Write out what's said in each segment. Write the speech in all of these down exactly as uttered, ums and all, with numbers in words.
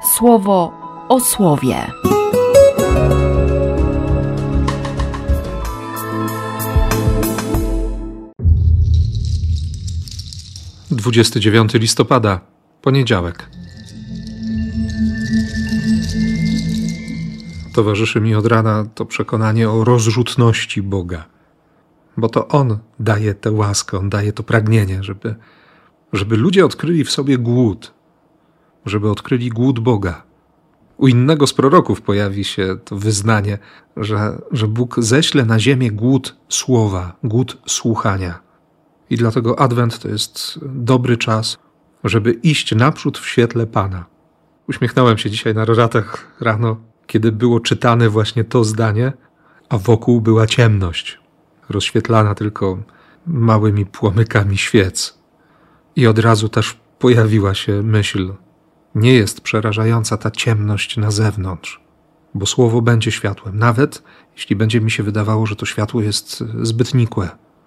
Słowo o słowie. dwudziestego dziewiątego listopada, poniedziałek. Towarzyszy mi od rana to przekonanie o rozrzutności Boga. Bo to On daje tę łaskę, On daje to pragnienie, żeby, żeby ludzie odkryli w sobie głód, żeby odkryli głód Boga. U innego z proroków pojawi się to wyznanie, że, że Bóg ześle na ziemię głód słowa, głód słuchania. I dlatego Adwent to jest dobry czas, żeby iść naprzód w świetle Pana. Uśmiechnąłem się dzisiaj na roratach rano, kiedy było czytane właśnie to zdanie, a wokół była ciemność, rozświetlana tylko małymi płomykami świec. I od razu też pojawiła się myśl, nie jest przerażająca ta ciemność na zewnątrz, bo słowo będzie światłem, nawet jeśli będzie mi się wydawało, że to światło jest zbyt nikłe.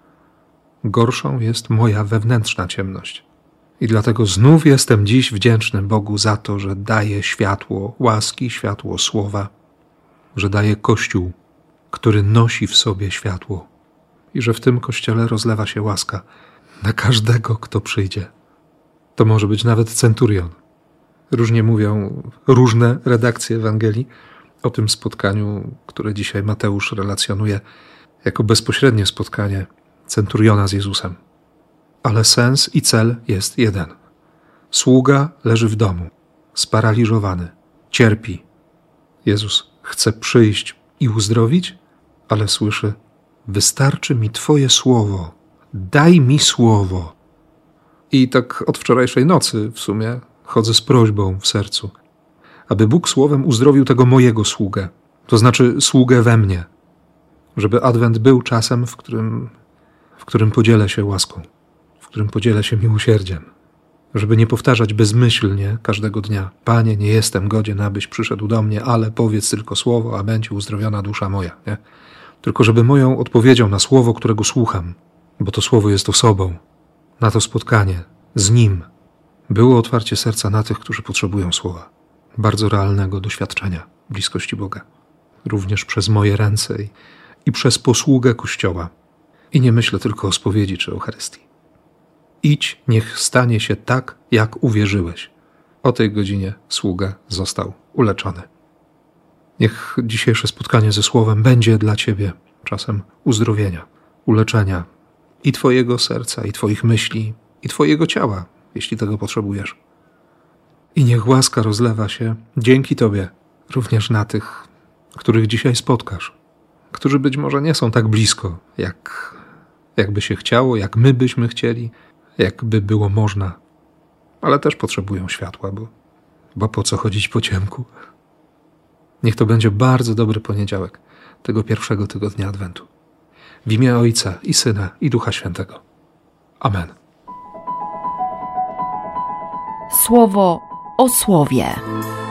Gorszą jest moja wewnętrzna ciemność. I dlatego znów jestem dziś wdzięczny Bogu za to, że daje światło łaski, światło słowa, że daje Kościół, który nosi w sobie światło i że w tym Kościele rozlewa się łaska na każdego, kto przyjdzie. To może być nawet centurion. Różnie mówią różne redakcje Ewangelii o tym spotkaniu, które dzisiaj Mateusz relacjonuje jako bezpośrednie spotkanie centuriona z Jezusem. Ale sens i cel jest jeden. Sługa leży w domu, sparaliżowany, cierpi. Jezus chce przyjść i uzdrowić, ale słyszy: wystarczy mi Twoje słowo, daj mi słowo. I tak od wczorajszej nocy w sumie chodzę z prośbą w sercu, aby Bóg słowem uzdrowił tego mojego sługę, to znaczy sługę we mnie, żeby Adwent był czasem, w którym, w którym podzielę się łaską, w którym podzielę się miłosierdziem, żeby nie powtarzać bezmyślnie każdego dnia: Panie, nie jestem godzien, abyś przyszedł do mnie, ale powiedz tylko słowo, a będzie uzdrowiona dusza moja. Nie? Tylko żeby moją odpowiedzią na słowo, którego słucham, bo to słowo jest osobą, na to spotkanie z Nim, było otwarcie serca na tych, którzy potrzebują słowa, bardzo realnego doświadczenia bliskości Boga, również przez moje ręce i, i przez posługę Kościoła. I nie myślę tylko o spowiedzi czy Eucharystii. Idź, niech stanie się tak, jak uwierzyłeś. O tej godzinie sługa został uleczony. Niech dzisiejsze spotkanie ze Słowem będzie dla Ciebie czasem uzdrowienia, uleczenia i Twojego serca, i Twoich myśli, i Twojego ciała, jeśli tego potrzebujesz. I niech łaska rozlewa się dzięki Tobie również na tych, których dzisiaj spotkasz, którzy być może nie są tak blisko, jak, jakby się chciało, jak my byśmy chcieli, jakby było można, ale też potrzebują światła, bo, bo po co chodzić po ciemku? Niech to będzie bardzo dobry poniedziałek tego pierwszego tygodnia Adwentu. W imię Ojca i Syna i Ducha Świętego. Amen. Słowo o słowie.